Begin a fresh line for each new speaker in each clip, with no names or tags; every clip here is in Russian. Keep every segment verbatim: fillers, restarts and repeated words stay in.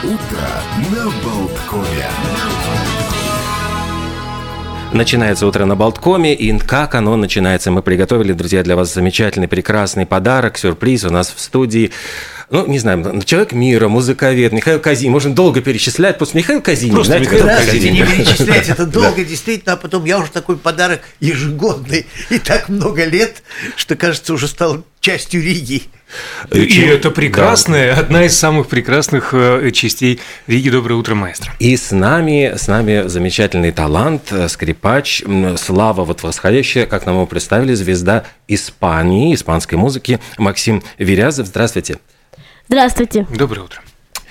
Утро на Болткоме.
Начинается утро на Болткоме, и как оно начинается? Мы приготовили, друзья, для вас замечательный, прекрасный подарок, сюрприз у нас в студии. Ну, не знаю, человек мира, музыковед, Михаил Козинин. Можно долго перечислять. Просто Михаил Козинин.
Просто
знаете,
Михаил
Михаил
Козинин.
Козинин.
Не перечислять, это долго, действительно. А потом я уже такой подарок ежегодный. И так много лет, что, кажется, уже стал частью Риги.
И это прекрасная, да. Одна из самых прекрасных э, частей Риги. Доброе утро, маэстро.
И с нами, с нами замечательный талант, скрипач, слава вот восходящая, как нам его представили, звезда Испании, испанской музыки Максим Верязов. Здравствуйте.
Здравствуйте.
Доброе утро.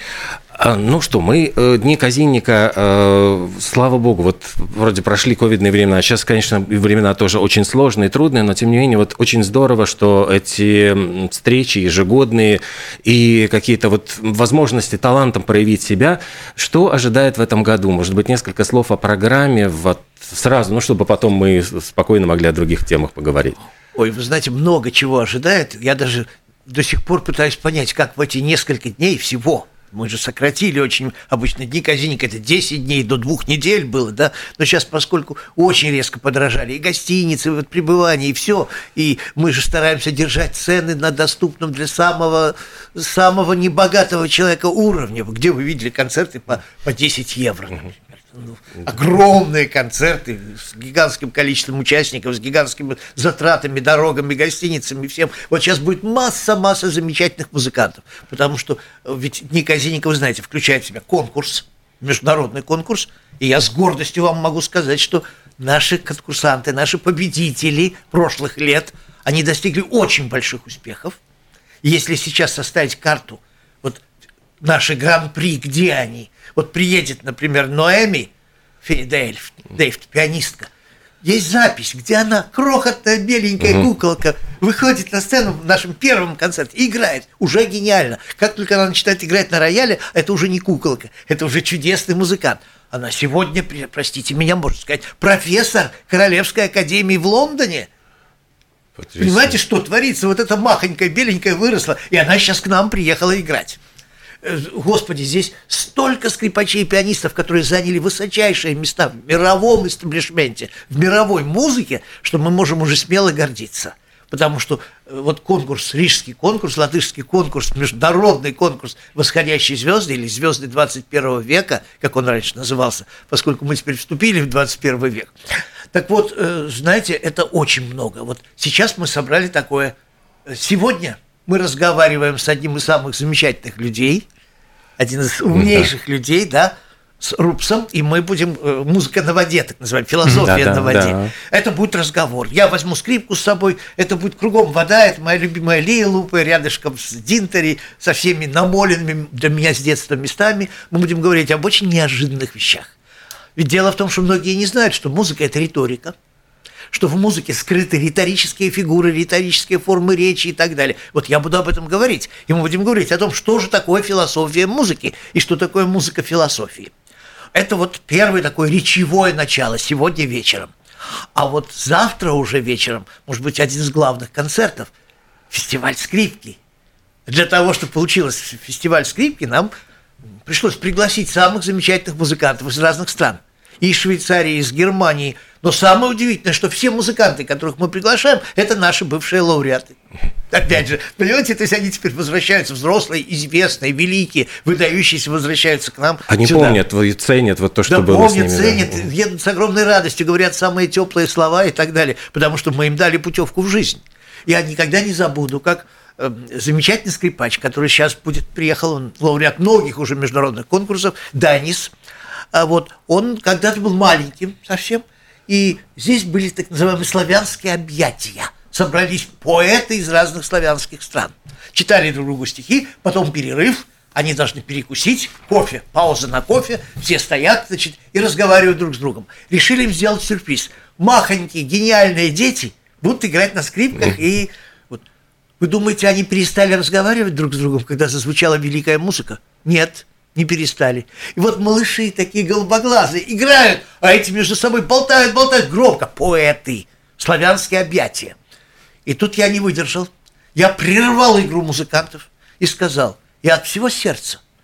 Ну что, мы Дни Козинника, э, слава богу, вот вроде прошли ковидные времена, а сейчас, конечно, времена тоже очень сложные, трудные, но тем не менее вот очень здорово, что эти встречи ежегодные и какие-то вот возможности талантом проявить себя. Что ожидает в этом году? Может быть, несколько слов о программе вот сразу, ну чтобы потом мы спокойно могли о других темах поговорить.
Ой, вы знаете, много чего ожидает. Я даже до сих пор пытаюсь понять, как в эти несколько дней всего. Мы же сократили очень, обычно Дни Козинника это десять дней, до двух недель было, да, но сейчас, поскольку очень резко подорожали и гостиницы, и вот пребывание, и все, и мы же стараемся держать цены на доступном для самого, самого небогатого человека уровня. Где вы видели концерты по, по десять евро, например? Ну, огромные концерты с гигантским количеством участников, с гигантскими затратами, дорогами, гостиницами, всем. Вот сейчас будет масса-масса замечательных музыкантов, потому что ведь Дни Козинника, вы знаете, включает в себя конкурс, международный конкурс, и я с гордостью вам могу сказать, что наши конкурсанты, наши победители прошлых лет, они достигли очень больших успехов. И если сейчас составить карту, вот наши гран-при, где они? Вот приедет, например, Ноэми Фейдельф, Дейфт, пианистка. Есть запись, где она, крохотная беленькая uh-huh. куколка, выходит на сцену в нашем первом концерте и играет. Уже гениально. Как только она начинает играть на рояле, это уже не куколка, это уже чудесный музыкант. Она сегодня, простите меня, можно сказать, профессор Королевской академии в Лондоне. Потрясающе. Понимаете, что творится? Вот эта махонькая беленькая выросла, и она сейчас к нам приехала играть. Господи, здесь столько скрипачей и пианистов, которые заняли высочайшие места в мировом истеблишменте, в мировой музыке, что мы можем уже смело гордиться. Потому что вот конкурс, рижский конкурс, латышский конкурс, международный конкурс «Восходящие звезды» или «Звезды двадцать первого века», как он раньше назывался, поскольку мы теперь вступили в двадцать первый век. Так вот, знаете, это очень много. Вот сейчас мы собрали такое. Сегодня мы разговариваем с одним из самых замечательных людей, один из умнейших да. людей, да, с Рупсом, и мы будем, э, музыка на воде, так называаем, философия да, на воде. Да. Это будет разговор. Я возьму скрипку с собой, это будет кругом вода, это моя любимая Лия Лупе, рядышком с Динтери, со всеми намоленными для меня с детства местами. Мы будем говорить об очень неожиданных вещах. Ведь дело в том, что многие не знают, что музыка – это риторика, что в музыке скрыты риторические фигуры, риторические формы речи и так далее. Вот я буду об этом говорить. И мы будем говорить о том, что же такое философия музыки и что такое музыка философии. Это вот первое такое речевое начало сегодня вечером. А вот завтра уже вечером, может быть, один из главных концертов – фестиваль скрипки. Для того, чтобы получился фестиваль скрипки, нам пришлось пригласить самых замечательных музыкантов из разных стран. И из Швейцарии, и из Германии. Но самое удивительное, что все музыканты, которых мы приглашаем, это наши бывшие лауреаты. Опять же, понимаете, то есть они теперь возвращаются, взрослые, известные, великие, выдающиеся, возвращаются к нам.
Они
сюда.
помнят и ценят вот то, что
да,
было
помнят,
с ними.
ценят,
да.
едут с огромной радостью, говорят самые теплые слова и так далее, потому что мы им дали путевку в жизнь. Я никогда не забуду, как э, замечательный скрипач, который сейчас будет, приехал, он лауреат многих уже международных конкурсов, Данис. А вот он когда-то был маленьким совсем, и здесь были так называемые славянские объятия. Собрались поэты из разных славянских стран. Читали друг другу стихи, потом перерыв, они должны перекусить, кофе, пауза на кофе, все стоят, значит, и разговаривают друг с другом. Решили им сделать сюрприз. Махонькие, гениальные дети будут играть на скрипках, и вот. Вы думаете, они перестали разговаривать друг с другом, когда зазвучала великая музыка? Нет. Не перестали. И вот малыши такие голубоглазые играют, а эти между собой болтают, болтают громко. Поэты, славянские объятия. И тут я не выдержал. Я прервал игру музыкантов и сказал: я от всего сердца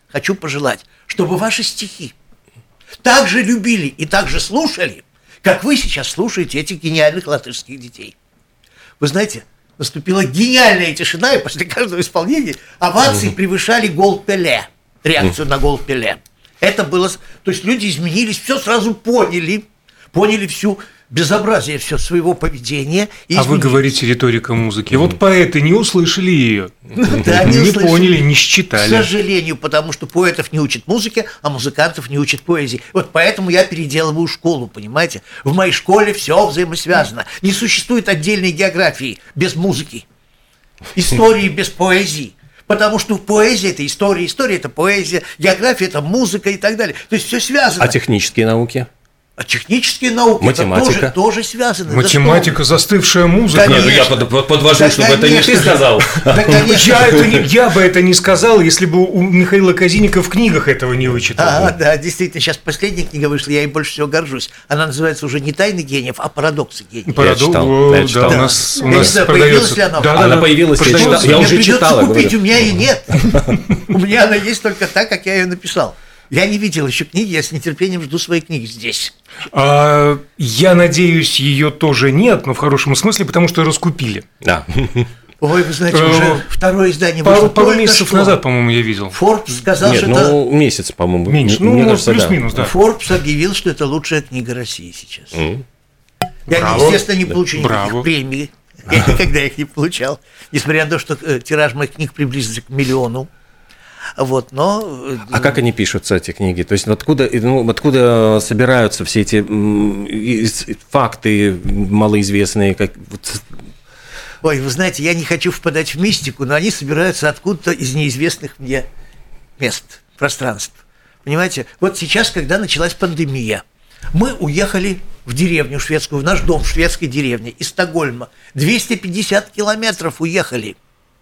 хочу пожелать, чтобы ваши стихи так же любили и так же слушали, как вы сейчас слушаете этих гениальных латышских детей. Вы знаете, наступила гениальная тишина, и после каждого исполнения овации превышали гол Пеле, реакцию на гол Пеле. Это было... То есть люди изменились, все сразу поняли, поняли всю безобразие все своего поведения.
А вы говорите риторика музыки. Вот поэты не услышали ее,
да,
не, не поняли, не считали.
К сожалению, потому что поэтов не учат музыке, а музыкантов не учат поэзии. Вот поэтому я переделываю школу, понимаете? В моей школе все взаимосвязано. Не существует отдельной географии без музыки, истории без поэзии. Потому что поэзия – это история, история – это поэзия, география – это музыка и так далее. То есть все связано.
А технические науки?
А технические науки
Математика.
тоже, тоже связаны.
Математика, застывшая музыка.
Нет, ну я под, под, подвожу, да, чтобы это не ты сказал.
Да,
я, это не, я бы это не сказал, если бы у Михаила Казиника в книгах этого не вычитал.
А, да, действительно, сейчас последняя книга вышла, я ей больше всего горжусь. Она называется уже не «Тайны гениев», а «Парадоксы гениев».
Я читал, я читал.
Да, у нас, у
я
нас
не знаю,
продается.
Появилась ли она?
Да,
она
да,
появилась, я, читал, я уже читал.
Купить, у меня ее нет. У меня она есть только так, как я ее написал. Я не видел еще книги, я с нетерпением жду своей книги здесь.
А, я надеюсь, ее тоже нет, но в хорошем смысле, потому что раскупили.
Да.
Ой, вы знаете, уже второе издание
вышло.
Пару,
пару месяцев что? назад, по-моему, я видел.
Форбс сказал,
Нет,
что
ну,
это...
месяц, по-моему.
Меньше, ну, кажется, плюс-минус, да.
Форбс объявил, что это лучшая книга России сейчас.
Mm.
Я,
Браво.
естественно, не получу никаких
Браво.
премий. Я никогда их не получал. Несмотря на то, что тираж моих книг приблизился к миллиону. Вот, но...
А как они пишутся, эти книги? То есть откуда, ну, откуда собираются все эти факты малоизвестные? Как...
Ой, вы знаете, я не хочу впадать в мистику, но они собираются откуда-то из неизвестных мне мест, пространств. Понимаете, вот сейчас, когда началась пандемия, мы уехали в деревню шведскую, в наш дом в шведской деревне из Стокгольма. двести пятьдесят километров уехали.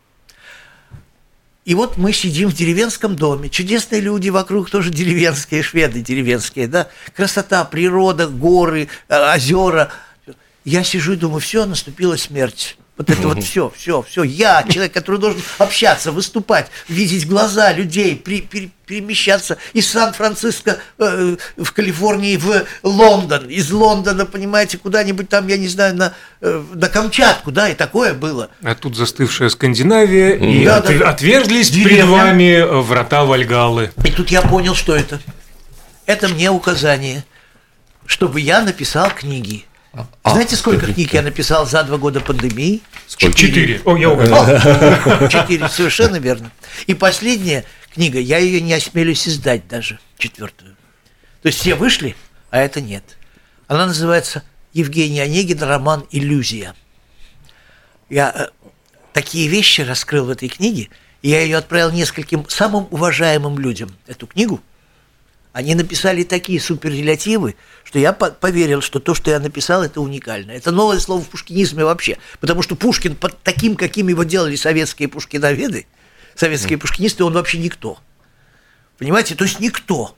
И вот мы сидим в деревенском доме, чудесные люди вокруг, тоже деревенские, шведы деревенские, да, красота, природа, горы, озера. Я сижу и думаю, все, наступила смерть. Вот это вот все, все, все. Я, человек, который должен общаться, выступать, видеть глаза людей, при, при, перемещаться из Сан-Франциско э, в Калифорнии в Лондон, из Лондона, понимаете, куда-нибудь там, я не знаю, на, э, на Камчатку, да, и такое было.
А тут застывшая Скандинавия, mm. и
да,
от,
да,
отверзлись
деревня.
Перед вами врата Вальгаллы.
И тут я понял, что это. Это мне указание, чтобы я написал книги. А, Знаете, сколько книг я написал за два года пандемии?
Сколько? Четыре. О, я угадал.
Четыре, совершенно верно. И последняя книга, я ее не осмелюсь издать даже, четвертую. То есть все вышли, а это нет. Она называется Евгений Онегин, роман «Иллюзия». Я э, такие вещи раскрыл в этой книге, и я ее отправил нескольким самым уважаемым людям, эту книгу. Они написали такие суперрелятивы, что я поверил, что то, что я написал, это уникально. Это новое слово в пушкинизме вообще. Потому что Пушкин, под таким, каким его делали советские пушкиноведы, советские пушкинисты, он вообще никто. Понимаете? То есть никто.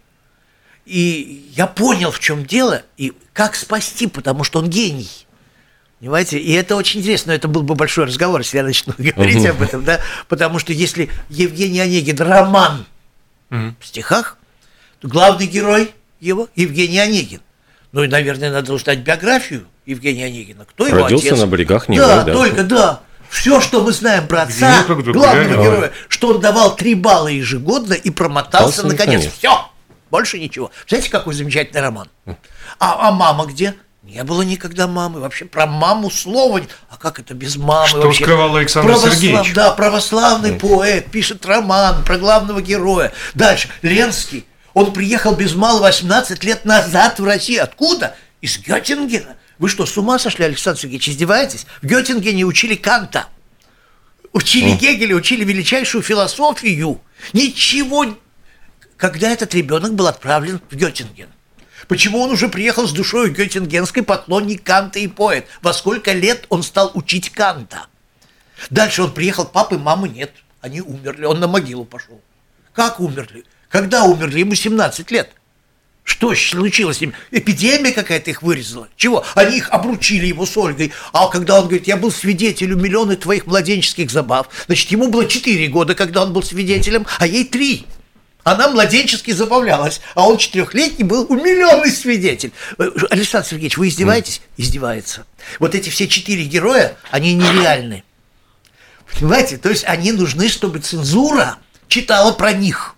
И я понял, в чем дело, и как спасти, потому что он гений. Понимаете? И это очень интересно. Но это был бы большой разговор, если я начну говорить об этом, да? Потому что если Евгений Онегин роман в стихах, главный герой его Евгений Онегин. Ну и, наверное, надо узнать биографию Евгения Онегина. Кто его
Родился
отец?
на берегах Невы,
да,
да.
только, да. Все, что мы знаем про отца, главного героя, что он давал три балла ежегодно и промотался,
Остался
наконец.
наконец.
Все, больше ничего. Знаете, какой замечательный роман? А, а мама где? Не было никогда мамы. Вообще про маму слова нет. А как это без мамы?
Что
вообще?
скрывал Александр
Православ...
Сергеевич?
Да, православный поэт, пишет роман про главного героя. Дальше, Ленский. Он приехал без малого восемнадцать лет назад в Россию. Откуда? Из Геттингена. Вы что, с ума сошли, Александр Сергеевич, издеваетесь? В Геттингене учили Канта, учили mm. Гегеля, учили величайшую философию. Ничего. Когда этот ребенок был отправлен в Геттинген? Почему он уже приехал с душой геттингенской, поклонник Канта и поэт? Во сколько лет он стал учить Канта? Дальше он приехал, папы, мамы нет. Они умерли, он на могилу пошел. Как умерли? Когда умерли? Ему семнадцать лет. Что случилось с ним? Эпидемия какая-то их вырезала? Чего? Они их обручили, его с Ольгой. А когда он говорит, я был свидетелем миллиона твоих младенческих забав, значит, ему было четыре года, когда он был свидетелем, а ей три. Она младенчески забавлялась, а он четырехлетний был умиленный свидетель. Александр Сергеевич, вы издеваетесь? Mm. Издевается. Вот эти все четыре героя, они нереальны. Понимаете? То есть они нужны, чтобы цензура читала про них.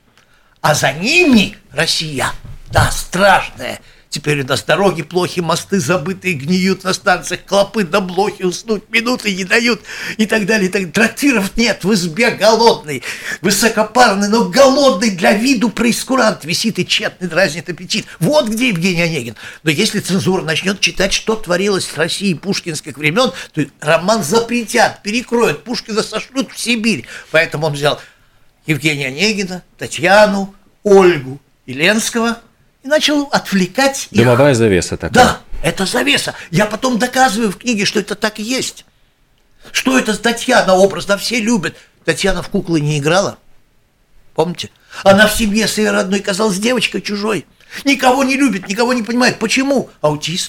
А за ними Россия, да, страшная. Теперь у нас дороги плохи, мосты забытые, гниют на станциях, клопы да блохи, уснуть минуты не дают и так далее. И так далее. Трактиров нет, в избе голодный, высокопарный, но голодный для виду прейскурант висит и тщетно дразнит аппетит. Вот где Евгений Онегин. Но если цензура начнет читать, что творилось в России пушкинских времен, то роман запретят, перекроют, Пушкина сошлют в Сибирь. Поэтому он взял Евгения Онегина, Татьяну, Ольгу и Ленского и начал отвлекать их.
Дымовая завеса такая.
Да, это завеса. Я потом доказываю в книге, что это так и есть. Что это Татьяна образ, да, все любят. Татьяна в куклы не играла. Помните? Она в семье своей родной казалась девочкой чужой. Никого не любит, никого не понимает. Почему? Аутист.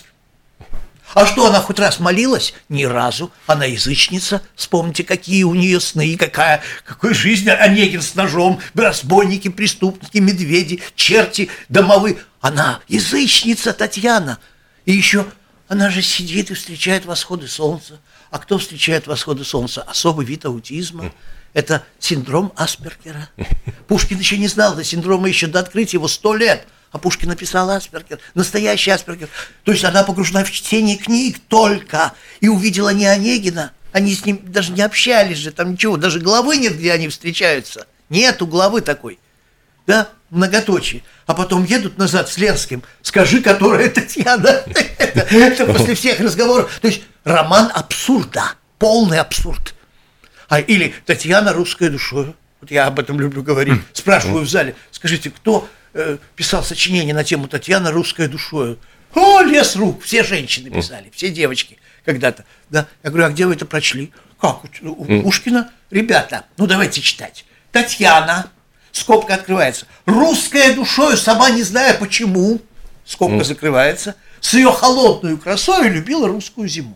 А что, она хоть раз молилась? Ни разу. Она язычница. Вспомните, какие у нее сны, какая, какой жизнь. Онегин с ножом, разбойники, преступники, медведи, черти, домовые. Она язычница, Татьяна. И еще она же сидит и встречает восходы солнца. А кто встречает восходы солнца? Особый вид аутизма. Это синдром Аспергера. Пушкин еще не знал до синдрома еще до открытия его сто лет. А Пушкин написал Аспергер, настоящий Аспергер. То есть она погружена в чтение книг только. И увидела не Онегина. Они с ним даже не общались же, там ничего. Даже главы нет, где они встречаются. Нету главы такой. Да, многоточие. А потом едут назад с Ленским. Скажи, которая Татьяна. Это после всех разговоров. То есть роман абсурда. Полный абсурд. А или Татьяна русской душой. Вот я об этом люблю говорить. Спрашиваю в зале. Скажите, кто писал сочинение на тему Татьяна русской душою? О, лес рук, все женщины писали, все девочки когда-то. Да? Я говорю, а где вы это прочли? Как? У Пушкина? Ребята, ну давайте читать. Татьяна, скобка открывается, русская душою, сама не зная почему, скобка закрывается, с ее холодной красой любила русскую зиму.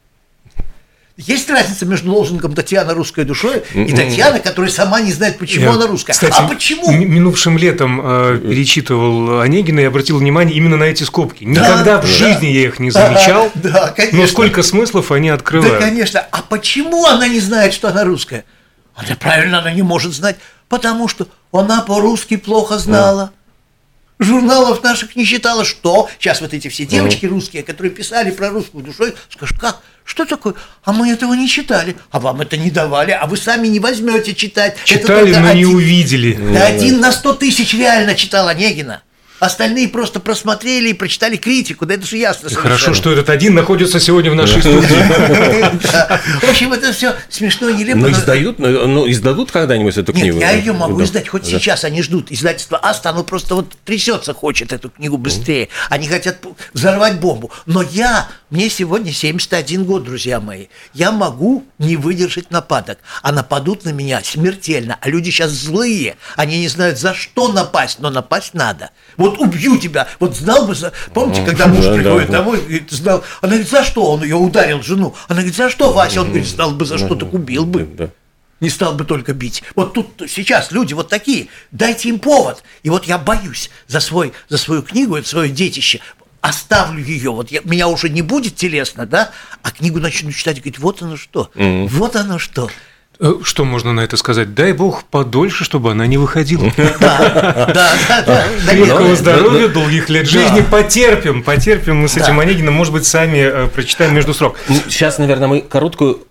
Есть разница между лозунгом «Татьяна русской душой» и Татьяна, которая сама не знает, почему Я, она русская.
Кстати,
а почему?
Минувшим летом э, перечитывал Онегина и обратил внимание именно на эти скобки. Никогда да, в жизни да. я их не замечал,
да, конечно.
Но сколько смыслов они открывают.
Да, конечно. А почему она не знает, что она русская? Она правильно, она не может знать, потому что она по-русски плохо знала. Журналов наших не читала, что сейчас вот эти все девочки русские, которые писали про русскую душой, скажут, как, что такое? А мы этого не читали, а вам это не давали, а вы сами не возьмете читать.
Читали, но один, не увидели.
Да, один на сто тысяч реально читал Онегина. Остальные просто просмотрели и прочитали критику, да это же ясно.
Хорошо, что этот один находится сегодня в нашей студии.
В общем, это все смешно и нелепо.
Но издают, ну, издадут когда-нибудь эту книгу?
Нет, я ее могу издать, хоть сейчас они ждут. Издательство Аста, оно просто вот трясется, хочет эту книгу быстрее. Они хотят взорвать бомбу. Но я, мне сегодня семьдесят один год, друзья мои. Я могу не выдержать нападок. А нападут на меня смертельно. А люди сейчас злые. Они не знают, за что напасть, но напасть надо. Вот убью тебя. Вот знал бы, за... помните, когда муж да, приходит да, домой, говорит, знал, она говорит, за что он ее ударил, жену? Она говорит, за что, Вася? Он говорит, знал бы, за что, так убил бы. Да. Не стал бы только бить. Вот тут сейчас люди вот такие, дайте им повод. И вот я боюсь за, свой, за свою книгу, за свое детище. Оставлю ее, вот я, меня уже не будет телесно, да, а книгу начну читать и говорить, вот оно что, mm-hmm. вот оно что.
Что можно на это сказать? Дай бог подольше, чтобы она не выходила.
Да, да, да.
Крепкого здоровья, долгих лет жизни. Потерпим, потерпим мы с этим Онегиным. Может быть, сами прочитаем между строк.
Сейчас, наверное, мы короткую...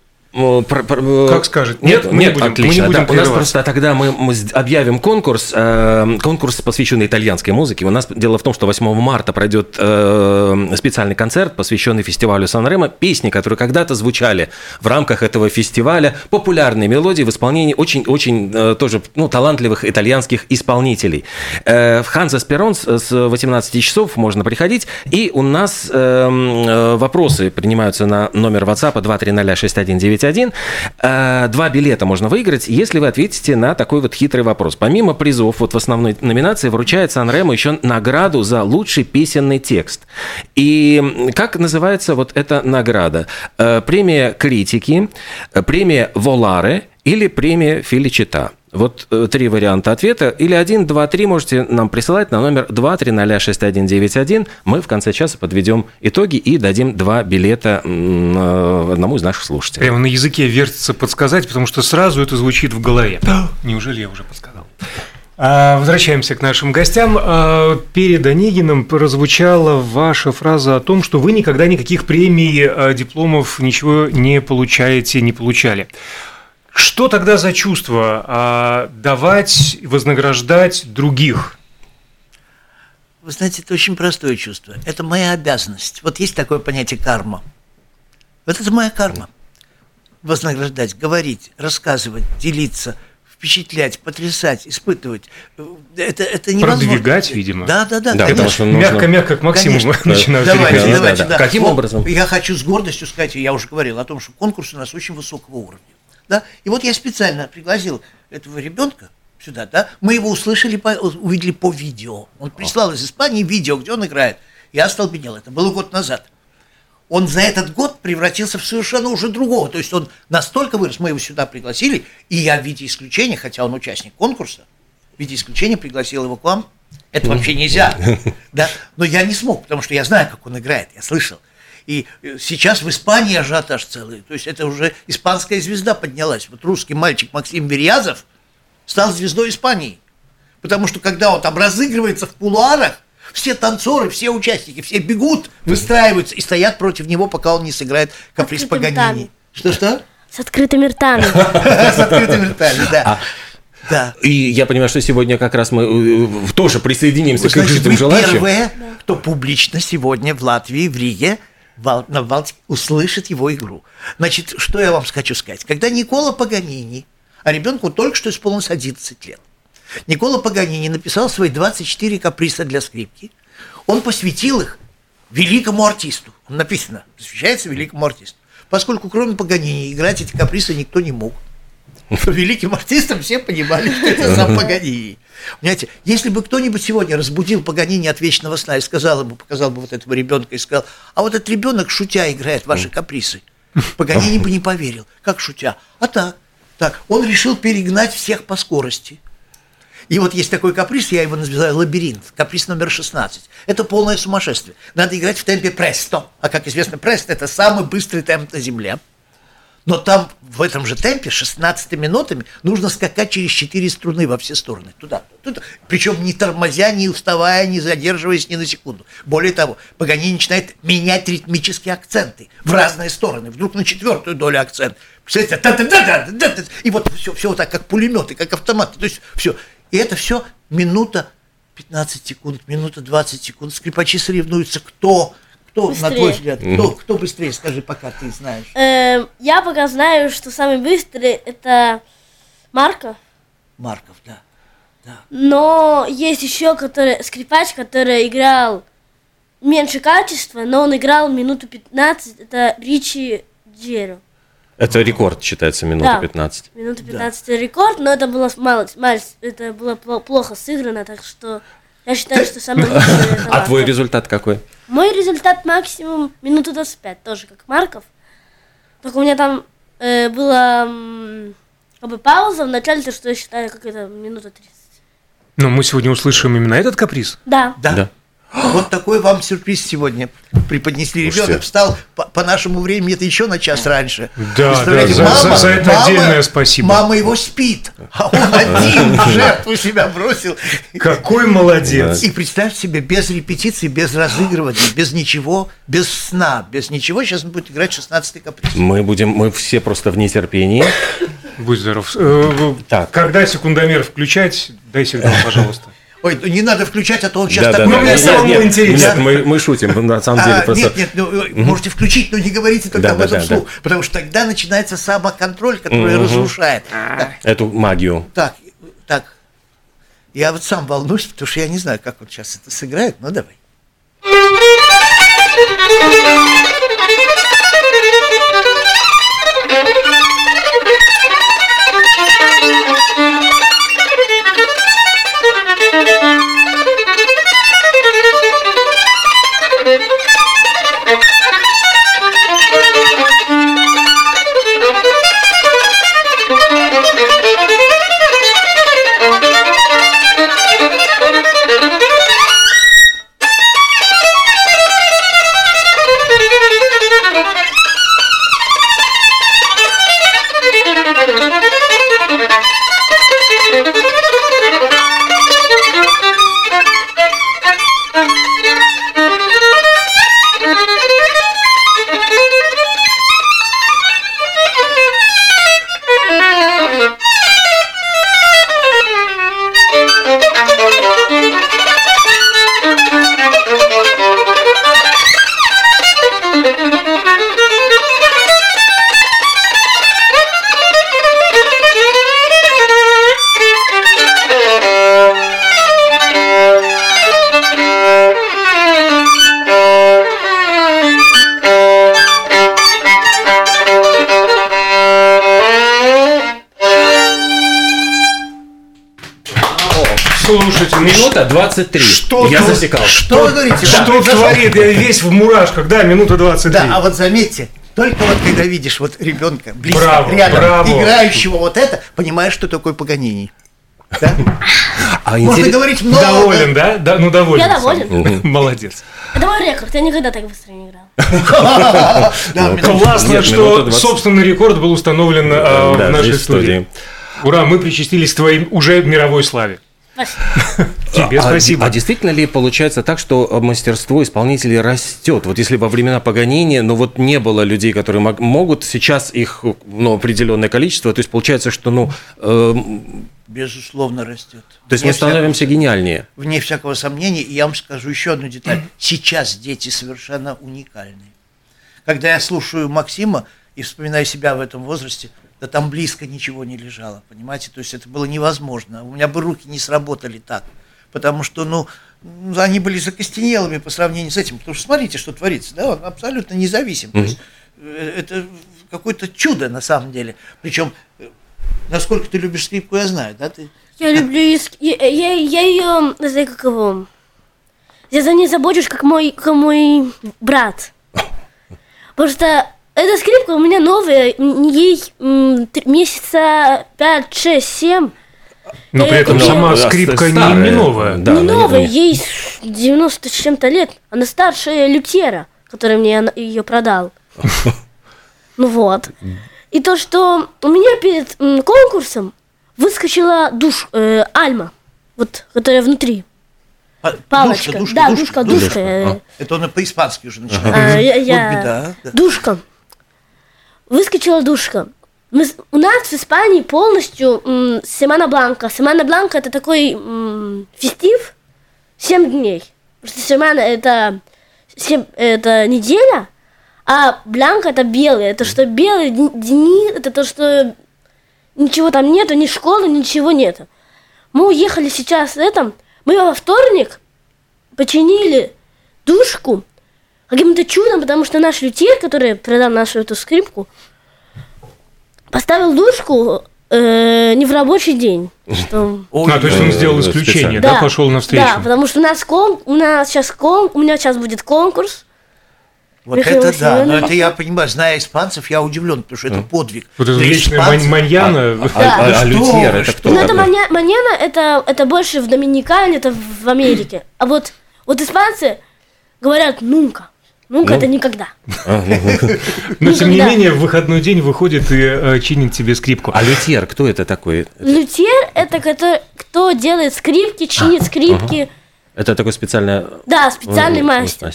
Как скажет?
Нет, нет, мы не будем, отлично. Мы не будем да, у нас просто тогда мы, мы объявим конкурс, э, конкурс, посвященный итальянской музыке. У нас дело в том, что восьмого марта пройдет э, специальный концерт, посвященный фестивалю Сан-Ремо. Песни, которые когда-то звучали в рамках этого фестиваля, популярные мелодии в исполнении очень-очень э, тоже ну, талантливых итальянских исполнителей. Э, в Ханза Сперонс с восемнадцати часов можно приходить, и у нас э, вопросы принимаются на номер WhatsApp два три ноль шесть один девять один. Два билета можно выиграть, если вы ответите на такой вот хитрый вопрос. Помимо призов, вот в основной номинации вручает Сан-Ремо еще награду за лучший песенный текст. И как называется вот эта награда? Премия критики, премия Воларе или премия Феличита. Вот э, три варианта ответа. Или один, два, три можете нам присылать на номер два три ноль шесть один девять один. Мы в конце часа подведем итоги и дадим два билета м, э, одному из наших слушателей.
Прямо на языке вертится подсказать, потому что сразу это звучит в голове. Неужели я уже подсказал? Возвращаемся к нашим гостям. Перед Онегиным прозвучала ваша фраза о том, что вы никогда никаких премий, дипломов, ничего не получаете, не получали. Что тогда за чувство давать, вознаграждать других?
Вы знаете, это очень простое чувство. Это моя обязанность. Вот есть такое понятие карма. Вот это моя карма. Вознаграждать, говорить, рассказывать, делиться, впечатлять, потрясать, испытывать. Это, это невозможно.
Продвигать, видимо.
Да, да, да.
Да,
конечно.
потому что нужно...
Мягко-мягко к Максиму начинаю
Давайте,
переходить.
давайте,
Да, да.
да.
Каким
Вот
образом?
Я хочу с гордостью сказать, я уже говорил о том, что конкурс у нас очень высокого уровня. Да? И вот я специально пригласил этого ребенка сюда, да, мы его услышали, по, увидели по видео. Он прислал из Испании видео, где он играет. Я остолбенел, это было год назад. Он за этот год превратился в совершенно уже другого. То есть он настолько вырос, мы его сюда пригласили, и я в виде исключения, хотя он участник конкурса, в виде исключения пригласил его к вам. Это вообще нельзя, да? Но я не смог, потому что я знаю, как он играет, я слышал. И сейчас в Испании ажиотаж целый. То есть это уже испанская звезда поднялась. Вот русский мальчик Максим Верьязов стал звездой Испании. Потому что когда он там разыгрывается в кулуарах, все танцоры, все участники, все бегут, выстраиваются и стоят против него, пока он не сыграет каприз Паганини. Что-что?
С открытыми ртами.
С открытыми ртами, да. Да.
И я понимаю, что сегодня как раз мы э, тоже присоединимся
Вы
к
знаете,
этим
вы
желающим.
первые, кто публично сегодня в Латвии, в Риге, в, на Балтике услышит его игру. Значит, что я вам хочу сказать. Когда Никколо Паганини, а ребенку только что исполнилось одиннадцать лет, Никколо Паганини написал свои двадцать четыре каприса для скрипки, он посвятил их великому артисту. Написано, посвящается великому артисту. Поскольку кроме Паганини играть эти каприсы никто не мог. Великим артистом все понимали, что это сам Паганини. Понимаете, если бы кто-нибудь сегодня разбудил Паганини от вечного сна и сказал ему, показал бы вот этого ребенка и сказал, а вот этот ребенок шутя играет ваши каприсы, Паганини бы не поверил. Как шутя? А так, так, он решил перегнать всех по скорости. И вот есть такой каприз, я его называю лабиринт, каприз номер шестнадцать. Это полное сумасшествие. Надо играть в темпе престо. А как известно, престо – это самый быстрый темп на земле. Но там в этом же темпе шестнадцатью минутами нужно скакать через четыре струны во все стороны. Туда, туда. Причем не тормозя, не уставая, не задерживаясь ни на секунду. Более того, Паганини начинает менять ритмические акценты в разные стороны. Вдруг на четвертую долю акцент. Представляете? И вот все, все вот так, как пулеметы, как автоматы. То есть все. И это все минута пятнадцать секунд, минута двадцать секунд. Скрипачи соревнуются, кто... Кто,
быстрее.
на твой взгляд, кто, кто быстрее, скажи, пока ты знаешь.
Эм, я пока знаю, что самый быстрый это Марков.
Марков, да. да.
Но есть еще который, скрипач, который играл меньше качества, но он играл минуту пятнадцать. Это Ричи Джеро.
Это рекорд считается, минута
Да.
пятнадцать.
Минута пятнадцать это рекорд, но это было мало, мало, это было плохо сыграно, так что я считаю, что самый лучший это
А твой
Марков.
результат какой?
Мой результат максимум минута двадцать пять, тоже как Марков. Только у меня там э, была м, как бы пауза в начале, то что я считаю, как это минута тридцать.
Но мы сегодня услышим именно этот каприз.
Да.
Да.
Да.
Вот такой вам сюрприз сегодня преподнесли. Ребенок
Слушайте.
встал по, по нашему времени, это еще на час раньше.
Да,
Представляете,
да, за- за- за это отдельное спасибо.
Мама его спит, а он один в жертву себя бросил.
Какой молодец!
И представьте себе, без репетиции, без разыгрывания, без ничего, без сна, без ничего, сейчас он будет играть шестнадцатый каприз.
Мы будем, мы все просто в нетерпении.
Будь здоров. Э,
Так.
Когда секундомер включать, дай сигнал, пожалуйста.
Ой, ну не надо включать, а то он сейчас
Да, да,
такой...
да.
мне
Нет,
самому
нет,
интересно.
Нет, мы, мы шутим, на самом деле
А,
просто.
Нет, нет, ну, можете включить, но не говорите только
Да,
об
да,
этом
да,
вслух, потому что тогда начинается самоконтроль, который
Мгм.
разрушает. Так,
Эту магию.
так, так, я вот сам волнуюсь, потому что я не знаю, как он сейчас это сыграет, ну давай.
Слушайте, ну
Минута двадцать три.
Что
Я
тут-
засекал.
Что вы говорите?
что
Да,
творит? Я весь в мурашках, да, минута двадцать три.
Да, а вот заметьте, только вот когда видишь вот ребенка близко
Браво,
рядом,
браво.
играющего вот это, понимаешь, что такое Паганини. Да?
А
Можно
интерес-
говорить много.
Доволен, да? Да, ну доволен.
Я доволен.
Молодец.
Это мой рекорд, я никогда так быстро не играл.
Да, минуту.
Классно,
Нет,
что
минута двадцать.
собственный рекорд был установлен а,
Да,
в нашей
здесь в
студии. Ура, мы причастились к твоей уже мировой славе.
Спасибо.
Тебе
А-
спасибо.
А, действительно ли получается так, что мастерство исполнителей растет? Вот если во времена Паганини, ну вот не было людей, которые мог- могут, сейчас их ну, определенное количество, то есть получается, что ну, эм,
Безусловно, растет.
то есть мы
Вне всякого-
становимся гениальнее.
Вне всякого сомнения, и я вам скажу еще одну деталь. Сейчас дети совершенно уникальные. Когда я слушаю Максима и вспоминаю себя в этом возрасте, да там близко ничего не лежало, понимаете? То есть это было невозможно. У меня бы руки не сработали так. Потому что, ну, они были закостенелыми по сравнению с этим. Потому что смотрите, что творится. Да, он абсолютно независим. То есть э, это какое-то чудо на самом деле. Причем, э, насколько ты любишь скрипку, я знаю, да? Ты...
Я люблю иск... я, я, я ее, не знаю, как его. Я за ней забочусь, как мой, как мой брат. Потому что эта скрипка у меня новая, м, ей м, три- месяца пять, шесть, семь.
Но при
я
этом
купила-
сама
Да,
скрипка не,
старая.
не новая.
Да,
не
она не-
новая,
не-
ей девяносто с чем-то лет. Она старше Лютера, который мне ее продал. Ну вот. И то, что у меня перед м, конкурсом выскочила душ, э, Альма, вот, которая внутри.
А,
Палочка.
Душка,
да,
душка,
душка,
душка.
душка. э,
Это он и по-испански уже начинает.
а, я-
Вот
я-
беда. Да.
Душка. Выскочила душка. Мы с- у нас в Испании полностью м, Семана Бланка. Семана Бланка это такой м, фестив семь дней. Потому что Семана это, семь- это неделя, а Бланка это белый. Это что белые дни- дни, это то, что ничего там нету, ни школы, ничего нету. Мы уехали сейчас в этом. Мы во вторник починили душку каким-то чудом, потому что наш лютьер, который продал нашу эту скрипку, поставил душку э, не в рабочий день. Что...
Ой,
А, то есть он
Э,
сделал исключение, да, пошел навстречу.
Да, потому что у нас кон, у нас сейчас кон, у меня сейчас будет конкурс.
вот
Михаил
это да. Но
Семенович.
это я понимаю, зная испанцев, я удивлен, потому что это подвиг.
Вот это
Для
вечная
испанцев-
мань- маньяна.
А,
Да.
а- а
Да
лютьер
что вы,
это
что
кто?
Ну, это
такой?
маня- маньяна, это, это больше в Доминикане, это в Америке. А вот, вот испанцы говорят «нунка». «Нунка»
Ну.
это никогда.
Но тем не
Никогда.
менее, в выходной день выходит и э, чинит тебе скрипку.
А лютьер, кто это такой?
Лютьер это который, кто делает скрипки, чинит скрипки.
Это такой специальный...
Да, специальный
э,
мастер.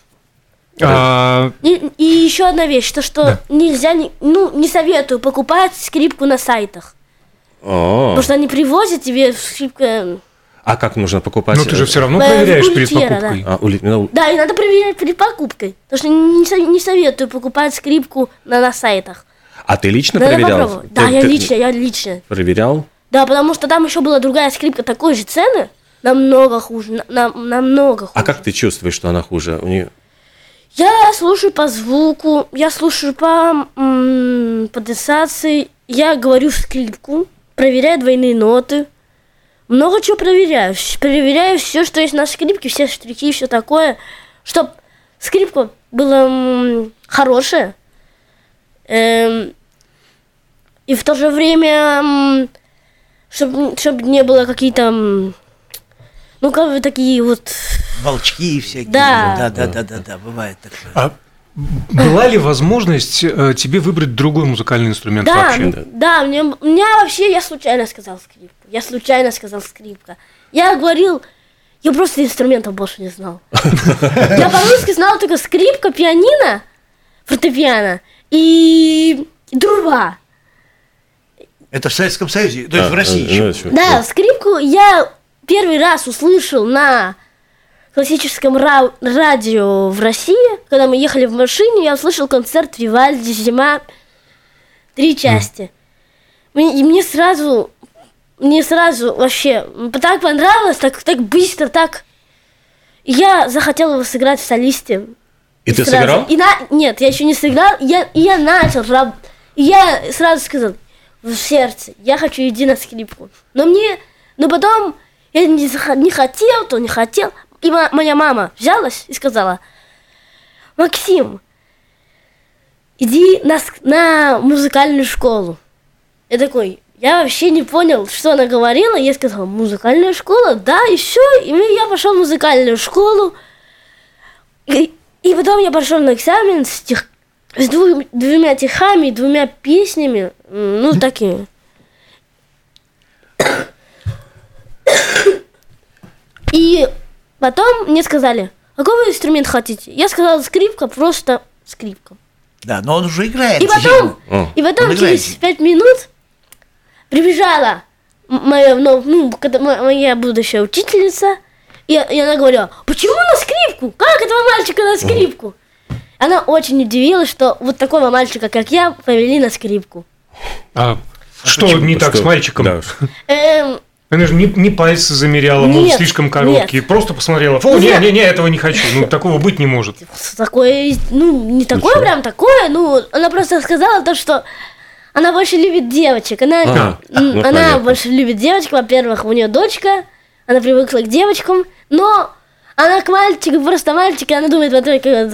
А,
И, и еще одна вещь, то что нельзя, не- ну, не советую покупать скрипку на сайтах.
О,
Потому что они привозят тебе скрипка.
а как нужно покупать?
ну ты же все равно
Э,
проверяешь
у
перед
лютьера,
покупкой.
А, у лю- ну,
Да, и надо проверять перед покупкой. Потому что не, со- не советую покупать скрипку на, на сайтах.
а ты лично
Надо
проверял?
попробовать. Да,
Ты-
я
ты
лично, я лично.
Проверял?
Да, потому что там еще была другая скрипка такой же цены, намного хуже, на- на- намного хуже.
А как ты чувствуешь, что она хуже? У нее...
Я слушаю по звуку, я слушаю по м, потенциации, я говорю в скрипку, проверяю двойные ноты, много чего проверяю, Вс- проверяю все, что есть на скрипке, все штрихи, все такое, чтобы скрипка была м, хорошая, эм, и в то же время, чтобы не было какие-то, м, ну как бы такие вот...
Волчки и всякие.
Да.
Да, да, да, да, да, бывает такое.
А была ли возможность э, тебе выбрать другой музыкальный инструмент
Да,
вообще?
м, да, мне, у меня вообще, я случайно сказал скрипку. Я случайно сказал скрипка. Я говорил, я просто инструментов больше не знал. Я по-русски знал только скрипка, пианино, фортепиано и и труба.
Это в Советском Союзе, то есть
А,
в России
ну,
еще.
это что?
Да, скрипку я первый раз услышал на классическом ра- радио в России, когда мы ехали в машине, я услышал концерт Вивальди «Зима», три части. Мне, и мне сразу, мне сразу вообще так понравилось, так, так быстро, так. И я захотел его сыграть в солисте.
И ты
сразу.
сыграл?
И на... Нет, я еще не сыграл, и я, и я начал, раб- и я сразу сказал в сердце, я хочу иди на скрипку. Но мне, но потом Я не, зах- не хотел, то не хотел. И мо- моя мама взялась и сказала: Максим, иди на, ск- на музыкальную школу. Я такой, я вообще не понял, что она говорила. Я сказала: музыкальная школа? Да, и все. И я пошел в музыкальную школу. И, и потом я пошел на экзамен с, тех, с дву- двумя стихами, двумя песнями. м, Ну, такими. И потом мне сказали: какой вы инструмент хотите? Я сказала: скрипка, просто скрипка.
Да, но он уже играет.
И потом,
О.
и потом
Он играет.
через пять минут прибежала м- моя, ну, ну, когда мо- моя будущая учительница, и, и она говорила: почему на скрипку? Как этого мальчика на скрипку? Она очень удивилась, что вот такого мальчика, как я, повели на скрипку.
А что
почему?
не так
Что?
с мальчиком?
Да.
Эм,
Она же не, не пальцы замеряла, мол,
Нет,
слишком короткие.
нет.
Просто посмотрела. Фу,
Ну, я-
не-не-не, этого не хочу. Ну, такого быть не может.
такое, ну, не такое прям такое, ну, она просто сказала то, что она больше любит девочек. Она,
Ага.
м,
Ну,
она
понятно.
больше любит девочек. Во-первых, у нее дочка, она привыкла к девочкам, но она к мальчику, просто мальчики, она думает, вот только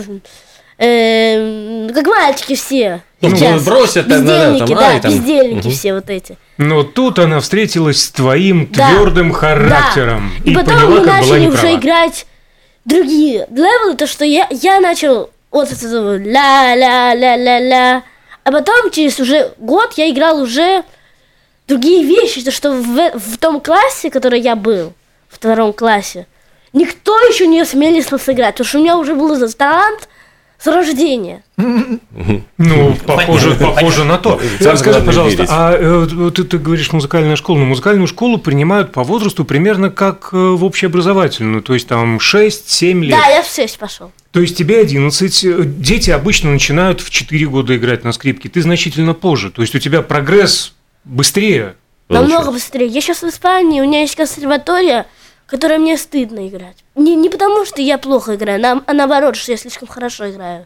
эм, как мальчики все.
Ну,
сейчас.
бросят, да, да,
бездельники,
там,
да,
ай, там.
бездельники
Мгм.
все вот эти.
Но тут она встретилась с твоим
Да.
твердым характером.
Да. И, потом
поняла,
мы
как была
начали уже
неправа.
играть другие левелы, то что я, я начал вот это ля-ля-ля-ля-ля, а потом через уже год я играл уже другие вещи, то что в, в том классе, в котором я был, в втором классе, никто еще не осмелился сыграть, потому что у меня уже был этот талант с рождения.
Ну, похоже,
Понятно,
похоже на то.
Сам
Скажи,
главное
пожалуйста,
верить.
а э, ты, ты говоришь музыкальная школа, но музыкальную школу принимают по возрасту примерно как э, в общеобразовательную, то есть там шесть-семь лет.
Да, я в шесть пошел.
То есть тебе одиннадцать, э, дети обычно начинают в четыре года играть на скрипке, ты значительно позже, то есть у тебя прогресс быстрее.
Намного быстрее. Я сейчас в Испании, у меня есть консерватория, которой мне стыдно играть. Не, не потому, что я плохо играю, на- а наоборот, что я слишком хорошо играю.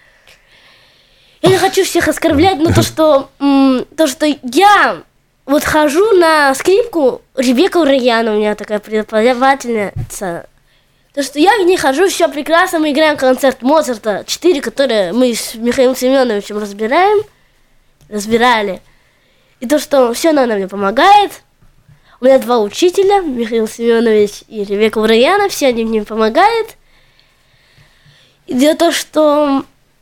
Я не хочу всех оскорблять, но то, что, м, то, что я вот хожу на скрипку, Ребекка Ураяна у меня такая преподавательница. То, что я не хожу, все прекрасно, мы играем концерт Моцарта четыре, который мы с Михаилом Семеновичем разбираем, разбирали. И то, что все она мне помогает. У меня два учителя, Михаил Семенович и Ребекка Ураяна, все они мне помогают. И дело в том, что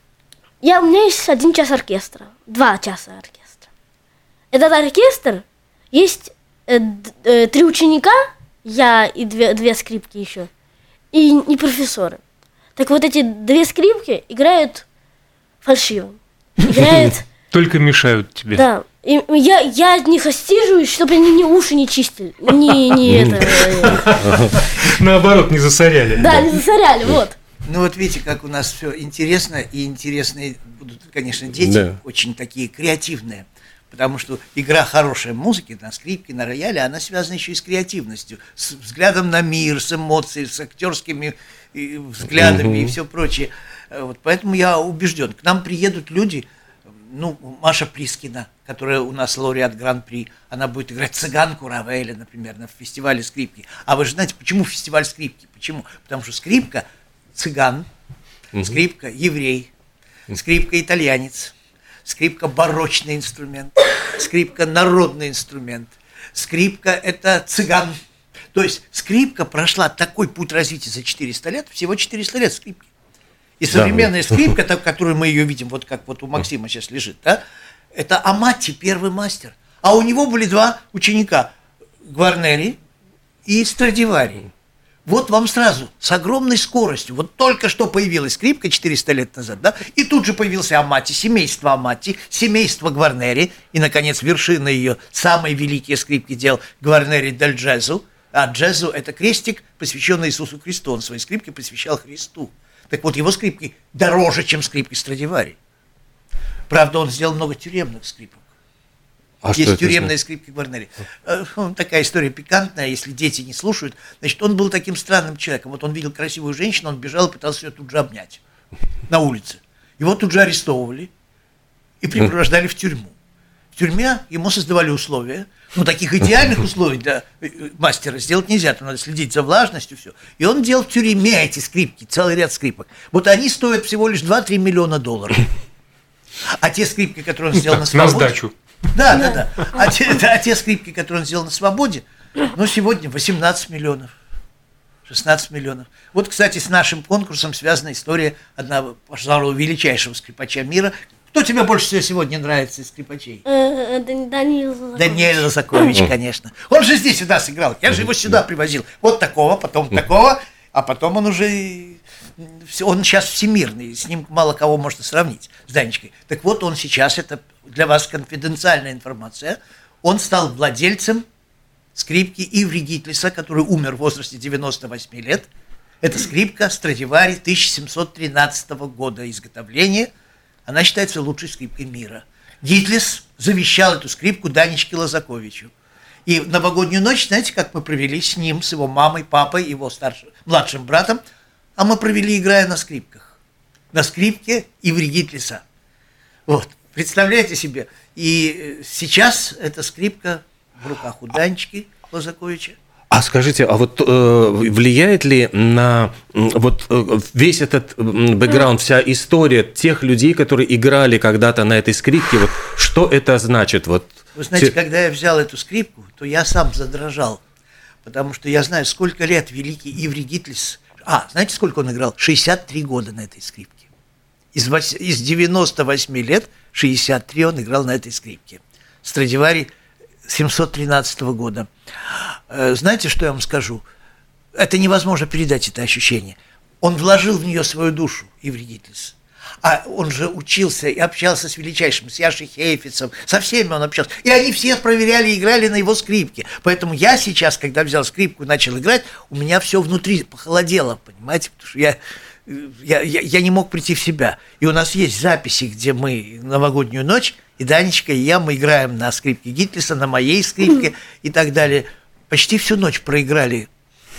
я, у меня есть один час оркестра, два часа оркестра. Этот оркестр, есть э, д- э, три ученика, я и две, две скрипки еще, и, и профессоры. Так вот эти две скрипки играют фальшиво. Играют,
Только мешают тебе.
да. И я, я от них отстиживаюсь, чтобы они мне уши не чистили. Не, не это. э,
Наоборот, не засоряли.
Да, не засоряли, вот.
Ну вот видите, как у нас все интересно, и интересные будут, конечно, дети,
Да.
очень такие креативные. Потому что игра хорошей музыки на скрипке, на рояле, она связана еще и с креативностью, с взглядом на мир, с эмоциями, с актерскими э, взглядами и все прочее. Э, Вот поэтому я убежден, к нам приедут люди, ну, Маша Плискина, которая у нас лауреат Гран-при, она будет играть цыганку Равеля, например, на фестивале скрипки. А вы же знаете, почему фестиваль скрипки? Почему? Потому что скрипка цыган, скрипка еврей, скрипка итальянец, скрипка барочный инструмент, скрипка народный инструмент, скрипка это цыган. То есть скрипка прошла такой путь развития за четыреста лет, всего четыреста лет скрипки. И современная скрипка, так, которую мы ее видим, вот как вот у Максима сейчас лежит, да, это Амати, первый мастер. А у него были два ученика, Гварнери и Страдивари. Вот вам сразу, с огромной скоростью, вот только что появилась скрипка четыреста лет назад, да, и тут же появился Амати, семейство Амати, семейство Гварнери, и, наконец, вершина ее, самые великие скрипки дел Гварнери дель Джезу, а Джезу – это крестик, посвященный Иисусу Христу, он свои скрипки посвящал Христу. Так вот, его скрипки дороже, чем скрипки Страдивари. Правда, он сделал много тюремных скрипок.
А что
Есть
это
тюремные скрипки Гварнери. Э, ну, Такая история пикантная, если дети не слушают. Значит, он был таким странным человеком. Вот он видел красивую женщину, он бежал и пытался ее тут же обнять на улице. Его тут же арестовывали и припровождали в тюрьму. В В тюрьме ему создавали условия, ну, таких идеальных условий для мастера сделать нельзя, там надо следить за влажностью, все. И он делал в тюрьме эти скрипки, целый ряд скрипок. Вот они стоят всего лишь два-три миллиона долларов. А те скрипки, которые он сделал на свободе...
На сдачу.
Да, да, да. А те, да, а те скрипки, которые он сделал на свободе, ну, сегодня восемнадцать миллионов, шестнадцать миллионов. Вот, кстати, с нашим конкурсом связана история одного, пожалуй, величайшего скрипача мира. Кто тебе больше всего сегодня нравится из скрипачей?
Э, Дан- Даниил Лозакович.
Даниил Лозакович, конечно. Он же здесь сюда сыграл. Я же его сюда привозил. Вот такого, потом такого, а потом он уже... Он сейчас всемирный, с ним мало кого можно сравнить, с Данечкой. Так вот, он сейчас, это для вас конфиденциальная информация, он стал владельцем скрипки Иври Гитлиса, который умер в возрасте девяноста восьми лет. Это скрипка Страдивари тысяча семьсот тринадцатого года изготовления. Она считается лучшей скрипкой мира. Гитлис завещал эту скрипку Данечке Лозаковичу. И в новогоднюю ночь, знаете, как мы провели с ним, с его мамой, папой, его старшим, младшим братом, а мы провели, играя на скрипках. На скрипке Иври Гитлиса. Вот, представляете себе? И сейчас эта скрипка в руках у Данечки Лозаковича.
А скажите, а вот э, влияет ли на м, вот э, весь этот м, бэкграунд, вся история тех людей, которые играли когда-то на этой скрипке, вот что это значит? Вот,
Вы знаете,
те-
когда я взял эту скрипку, то я сам задрожал, потому что я знаю, сколько лет великий Иври Гитлис... А, знаете, сколько он играл? шестьдесят три года на этой скрипке. Из, вось... из девяноста восьми лет шестьдесят три он играл на этой скрипке. Страдивари семьсот тринадцатого года. Знаете, что я вам скажу? Это невозможно передать, это ощущение. Он вложил в нее свою душу, Иври Гитлис. А он же учился и общался с величайшим, с Яшей Хейфицем, со всеми он общался. И они все проверяли и играли на его скрипке. Поэтому я сейчас, когда взял скрипку и начал играть, у меня все внутри похолодело, понимаете? Потому что я, я, я, я не мог прийти в себя. И у нас есть записи, где мы новогоднюю ночь, и Данечка, и я, мы играем на скрипке Гитлиса, на моей скрипке и так далее. Почти всю ночь проиграли.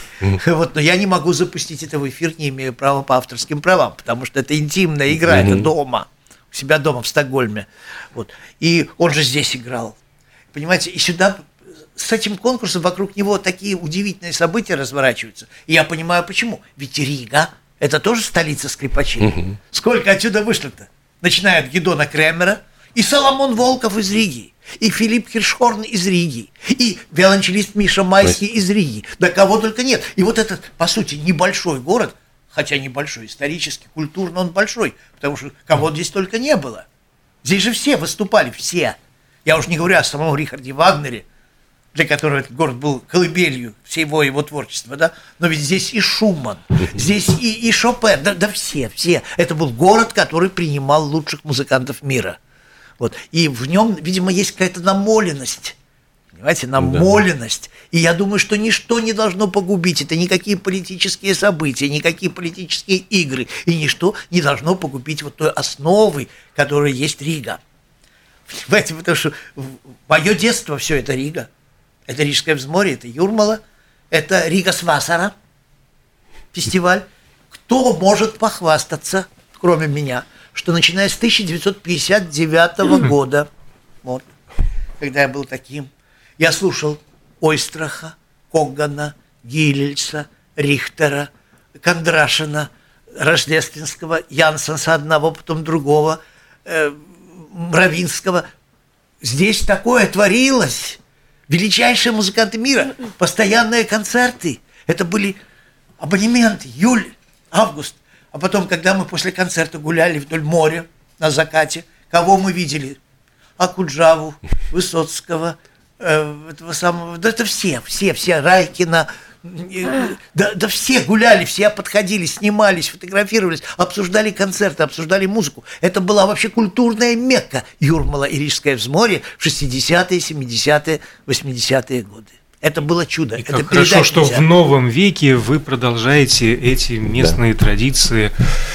Вот, но я не могу запустить это в эфир, не имею права по авторским правам, потому что это интимная игра, это дома, у себя дома в Стокгольме. Вот. И он же здесь играл. Понимаете, и сюда, с этим конкурсом вокруг него такие удивительные события разворачиваются. И я понимаю, почему. Ведь Рига – это тоже столица скрипачей. Сколько отсюда вышло-то? Начиная от Гидона Кремера, и Соломон Волков из Риги, и Филипп Хиршхорн из Риги, и виолончелист Миша Майский из Риги. Да кого только нет. И вот этот, по сути, небольшой город, хотя небольшой, исторически, культурно он большой, потому что кого здесь только не было. Здесь же все выступали, все. Я уж не говорю о самом Рихарде Вагнере, для которого этот город был колыбелью всего его творчества, да? Но ведь здесь и Шуман, здесь и, и Шопен, да, да все, все. Это был город, который принимал лучших музыкантов мира. Вот. И в нем, видимо, есть какая-то намоленность. Понимаете, намоленность. И я думаю, что ничто не должно погубить. Это никакие политические события, никакие политические игры. И ничто не должно погубить вот той основы, которая есть Рига. Понимаете, потому что мое детство все это Рига. Это Рижское взморье, это Юрмала, это Рига Свасара, фестиваль. Кто может похвастаться, кроме меня, что начиная с тысяча девятьсот пятьдесят девятого года, вот, когда я был таким, я слушал Ойстраха, Когана, Гиллельса, Рихтера, Кондрашина, Рождественского, Янсенса одного, потом другого, э, Мравинского. Здесь такое творилось. Величайшие музыканты мира, постоянные концерты. Это были абонементы, июль, август. А потом, когда мы после концерта гуляли вдоль моря на закате, кого мы видели? Акуджаву, Высоцкого, э, этого самого, да это все, все, все, Райкина, э, да, да все гуляли, все подходили, снимались, фотографировались, обсуждали концерты, обсуждали музыку. Это была вообще культурная Мекка Юрмала и Рижское взморье в шестидесятые, семидесятые, восьмидесятые годы. Это было чудо.
И
это
как хорошо, что
нельзя.
в новом веке вы продолжаете эти местные да. традиции.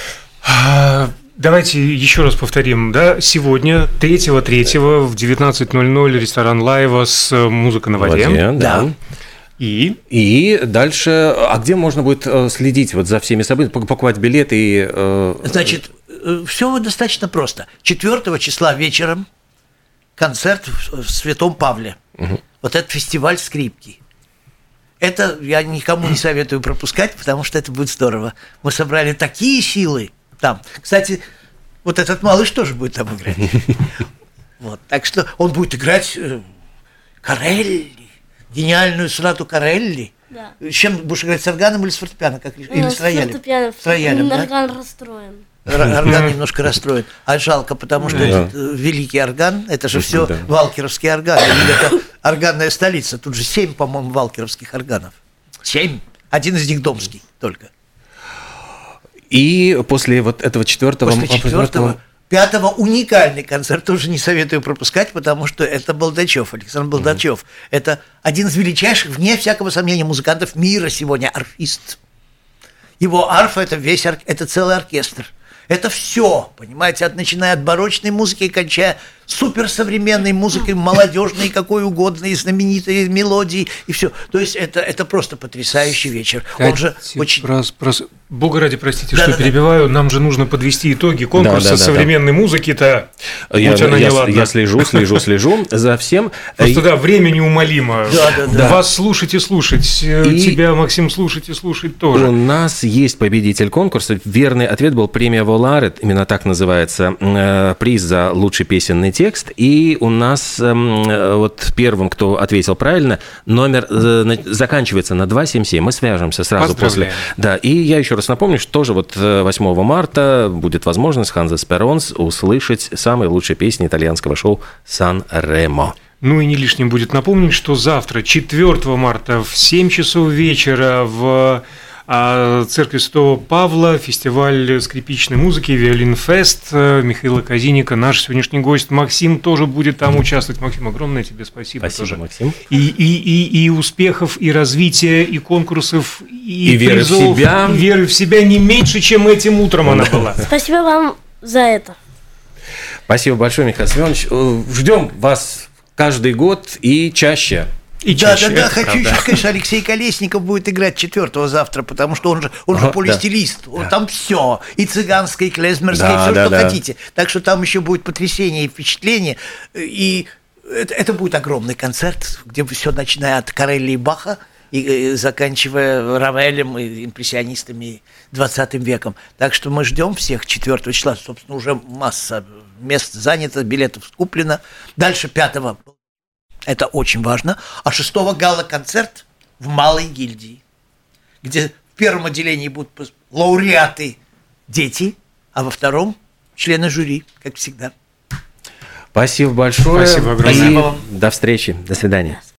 Давайте еще раз повторим, да, сегодня, третьего третьего в девятнадцать ноль ноль ресторан Лайва с «Музыка на воде».
воде да.
да. И?
И дальше, а где можно будет следить вот за всеми событиями, покупать билеты? И, э...
Значит, все достаточно просто. четвёртого числа вечером концерт в, в Святом Павле. Угу. Вот этот фестиваль скрипки. Это я никому не советую пропускать, потому что это будет здорово. Мы собрали такие силы там. Кстати, вот этот малыш тоже будет там играть. Вот, так что он будет играть э, Корелли, гениальную сонату Корелли.
Да.
С чем будешь играть, с органом или с фортепиано? Как, или с роялем?
С роялем, да? Орган расстроен.
Орган немножко расстроен. А жалко, потому что
Да.
этот великий орган, это же все
Да.
валкеровский орган. Это органная столица. Тут же семь, по-моему, валкеровских органов. Семь. Один из них домский только.
И после вот этого четвертого...
После четвертого, пятого уникальный концерт, тоже не советую пропускать, потому что это Болдачев, Александр Болдачев. Mm-hmm. Это один из величайших, вне всякого сомнения, музыкантов мира сегодня, арфист. Его арфа – это весь, это целый оркестр. Это все, понимаете, от, начиная от барочной музыки, кончая суперсовременной музыкой, молодежной, какой угодно, и знаменитой мелодии, и все. То есть это, это просто потрясающий вечер. Он же очень...
Прос, прос... Бога ради, простите,
да,
что
да,
перебиваю, нам же нужно подвести итоги конкурса
да, да,
современной
да.
музыки-то.
Я,
Будь она
я,
неладна.
я слежу, слежу, слежу за всем.
Просто да, время неумолимо.
Да, да, да.
Вас слушать и слушать, и тебя, Максим, слушать и слушать тоже.
У нас есть победитель конкурса. Верный ответ был премия Воларет, именно так называется, э, приз за лучший песенный текст. И у нас э, вот первым, кто ответил правильно, номер э, заканчивается на два семь семь. Мы свяжемся сразу после. Да, и я еще раз напомню, что тоже вот восьмого марта будет возможность Ханзе Сперонс услышать самые лучшие песни итальянского шоу «Сан-Ремо».
Ну и не лишним будет напомнить, что завтра, четвертого марта, в семь часов вечера в Церкви Святого Павла фестиваль скрипичной музыки «Виолинфест» Михаила Казиника, наш сегодняшний гость. Максим тоже будет там участвовать. Максим, огромное тебе спасибо.
Спасибо,
тоже.
Максим.
И, и, и, и успехов, и развития, и конкурсов, и,
И веры в
призов,
себя.
и веры в себя не меньше, чем этим утром она была.
Спасибо вам за это.
Спасибо большое, Михаил Семенович. Ждем вас каждый год и чаще.
И
Да,
чаще,
да, да,
это
хочу
правда.
еще сказать, что Алексей Колесников будет играть четвертого завтра, потому что он же, он же
Ага,
полистилист, он
да.
там все, и цыганское, и клезмерское,
Да,
все,
да,
что
да.
хотите. Так что там еще будет потрясение и впечатление, и это, это будет огромный концерт, где все, начиная от Корелли и Баха, и, и заканчивая Равелем и импрессионистами двадцатым веком. Так что мы ждем всех четвертого числа, собственно, уже масса мест занято, билетов куплено. Дальше пятого. Это очень важно. А шестого гала-концерт в Малой гильдии, где в первом отделении будут лауреаты дети, а во втором члены жюри, как всегда.
Спасибо большое.
Спасибо огромное.
И
Спасибо вам.
до встречи. До свидания.